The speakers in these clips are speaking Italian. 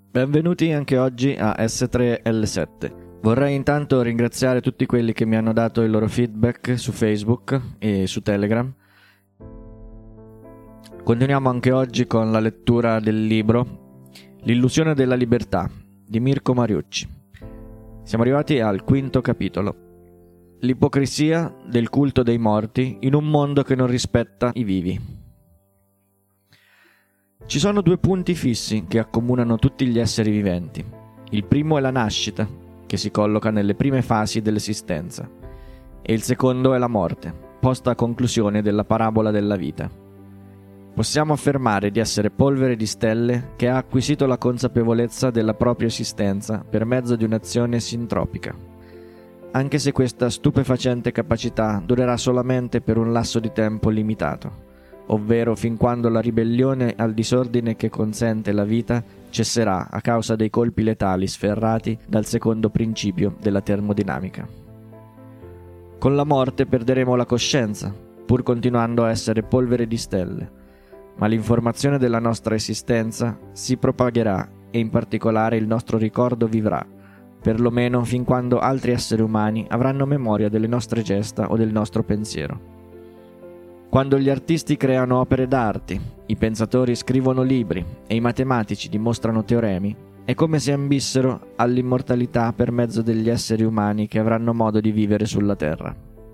Benvenuti anche oggi a S3L7. Vorrei intanto ringraziare tutti quelli che mi hanno dato il loro feedback su Facebook e su Telegram. Continuiamo anche oggi con la lettura del libro L'illusione della libertà di Mirko Mariucci. Siamo arrivati al 5° capitolo. L'ipocrisia del culto dei morti in un mondo che non rispetta i vivi. Ci sono 2 punti fissi che accomunano tutti gli esseri viventi. Il primo è la nascita, che si colloca nelle prime fasi dell'esistenza, e il secondo è la morte, posta a conclusione della parabola della vita. Possiamo affermare di essere polvere di stelle che ha acquisito la consapevolezza della propria esistenza per mezzo di un'azione sintropica, anche se questa stupefacente capacità durerà solamente per un lasso di tempo limitato, ovvero fin quando la ribellione al disordine che consente la vita cesserà a causa dei colpi letali sferrati dal secondo principio della termodinamica. Con la morte perderemo la coscienza, pur continuando a essere polvere di stelle, ma l'informazione della nostra esistenza si propagherà e in particolare il nostro ricordo vivrà, perlomeno fin quando altri esseri umani avranno memoria delle nostre gesta o del nostro pensiero. Quando gli artisti creano opere d'arte, i pensatori scrivono libri e i matematici dimostrano teoremi, è come se ambissero all'immortalità per mezzo degli esseri umani che avranno modo di vivere sulla Terra.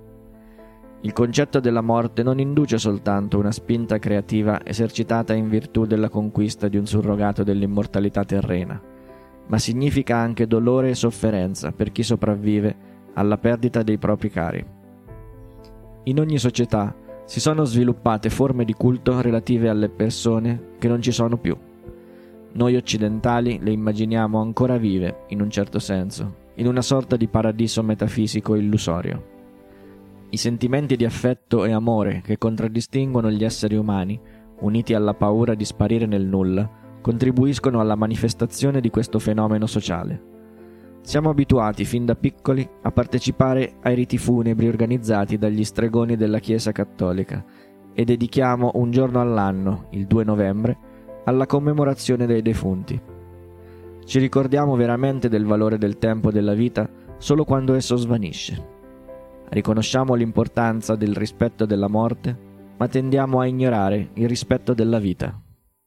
Il concetto della morte non induce soltanto una spinta creativa esercitata in virtù della conquista di un surrogato dell'immortalità terrena, ma significa anche dolore e sofferenza per chi sopravvive alla perdita dei propri cari. In ogni società si sono sviluppate forme di culto relative alle persone che non ci sono più. Noi occidentali le immaginiamo ancora vive, in un certo senso, in una sorta di paradiso metafisico illusorio. I sentimenti di affetto e amore che contraddistinguono gli esseri umani, uniti alla paura di sparire nel nulla, contribuiscono alla manifestazione di questo fenomeno sociale. Siamo abituati fin da piccoli a partecipare ai riti funebri organizzati dagli stregoni della Chiesa Cattolica e dedichiamo un giorno all'anno, il 2 novembre, alla commemorazione dei defunti. Ci ricordiamo veramente del valore del tempo della vita solo quando esso svanisce. Riconosciamo l'importanza del rispetto della morte, ma tendiamo a ignorare il rispetto della vita.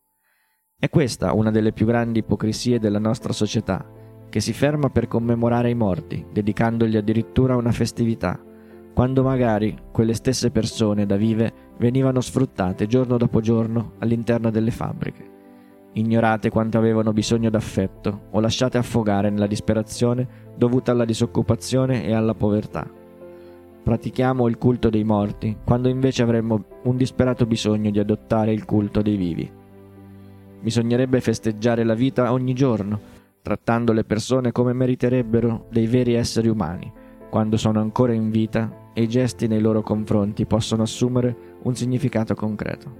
È questa una delle più grandi ipocrisie della nostra società, che si ferma per commemorare i morti, dedicandogli addirittura una festività, quando magari quelle stesse persone da vive venivano sfruttate giorno dopo giorno all'interno delle fabbriche, ignorate quanto avevano bisogno d'affetto o lasciate affogare nella disperazione dovuta alla disoccupazione e alla povertà. Pratichiamo il culto dei morti, quando invece avremmo un disperato bisogno di adottare il culto dei vivi. Bisognerebbe festeggiare la vita ogni giorno, trattando le persone come meriterebbero dei veri esseri umani, quando sono ancora in vita e i gesti nei loro confronti possono assumere un significato concreto.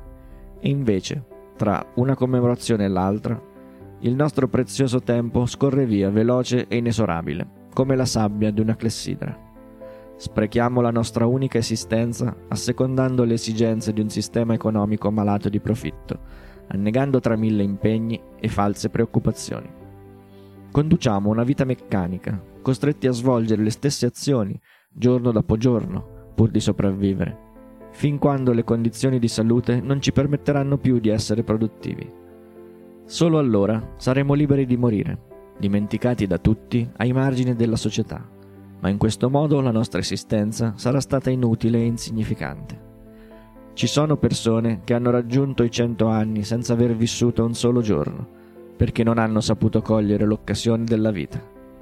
E invece, tra una commemorazione e l'altra, il nostro prezioso tempo scorre via veloce e inesorabile, come la sabbia di una clessidra. Sprechiamo la nostra unica esistenza assecondando le esigenze di un sistema economico malato di profitto, annegando tra 1000 impegni e false preoccupazioni. Conduciamo una vita meccanica, costretti a svolgere le stesse azioni, giorno dopo giorno, pur di sopravvivere, fin quando le condizioni di salute non ci permetteranno più di essere produttivi. Solo allora saremo liberi di morire, dimenticati da tutti ai margini della società, ma in questo modo la nostra esistenza sarà stata inutile e insignificante. Ci sono persone che hanno raggiunto i 100 anni senza aver vissuto un solo giorno, perché non hanno saputo cogliere l'occasione della vita.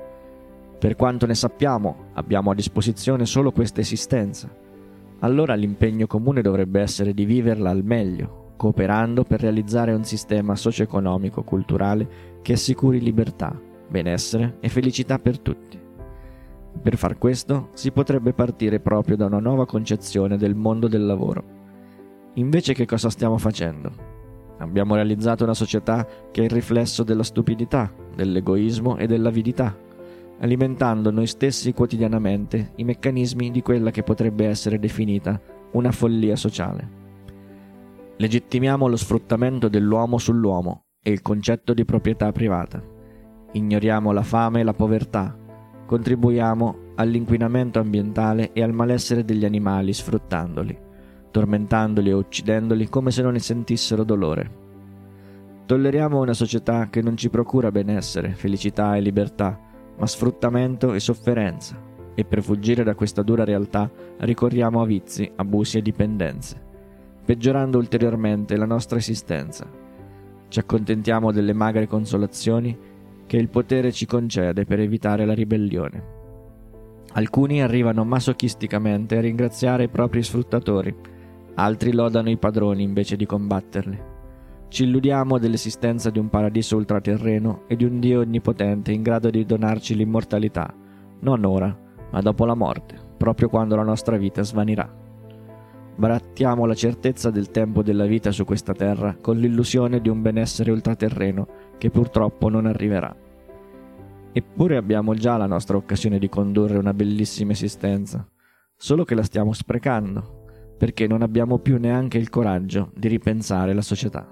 Per quanto ne sappiamo, abbiamo a disposizione solo questa esistenza. Allora l'impegno comune dovrebbe essere di viverla al meglio, cooperando per realizzare un sistema socio-economico culturale che assicuri libertà, benessere e felicità per tutti. Per far questo si potrebbe partire proprio da una nuova concezione del mondo del lavoro. Invece che cosa stiamo facendo? Abbiamo realizzato una società che è il riflesso della stupidità, dell'egoismo e dell'avidità, alimentando noi stessi quotidianamente i meccanismi di quella che potrebbe essere definita una follia sociale. Legittimiamo lo sfruttamento dell'uomo sull'uomo, e il concetto di proprietà privata. Ignoriamo la fame e la povertà. Contribuiamo all'inquinamento ambientale e al malessere degli animali sfruttandoli, tormentandoli o uccidendoli come se non ne sentissero dolore. Tolleriamo una società che non ci procura benessere, felicità e libertà, ma sfruttamento e sofferenza, e per fuggire da questa dura realtà ricorriamo a vizi, abusi e dipendenze, peggiorando ulteriormente la nostra esistenza. Ci accontentiamo delle magre consolazioni che il potere ci concede per evitare la ribellione. Alcuni arrivano masochisticamente a ringraziare i propri sfruttatori, altri lodano i padroni invece di combatterli. Ci illudiamo dell'esistenza di un paradiso ultraterreno e di un Dio onnipotente in grado di donarci l'immortalità, non ora, ma dopo la morte, proprio quando la nostra vita svanirà. Barattiamo la certezza del tempo della vita su questa terra con l'illusione di un benessere ultraterreno che purtroppo non arriverà. Eppure abbiamo già la nostra occasione di condurre una bellissima esistenza, solo che la stiamo sprecando, perché non abbiamo più neanche il coraggio di ripensare la società.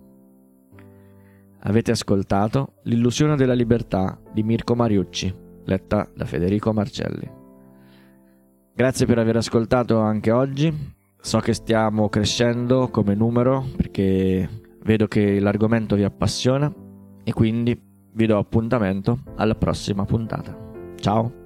Avete ascoltato L'illusione della libertà di Mirko Mariucci, letta da Federico Marcelli. Grazie per aver ascoltato anche oggi. So che stiamo crescendo come numero perché vedo che l'argomento vi appassiona e quindi vi do appuntamento alla prossima puntata. Ciao!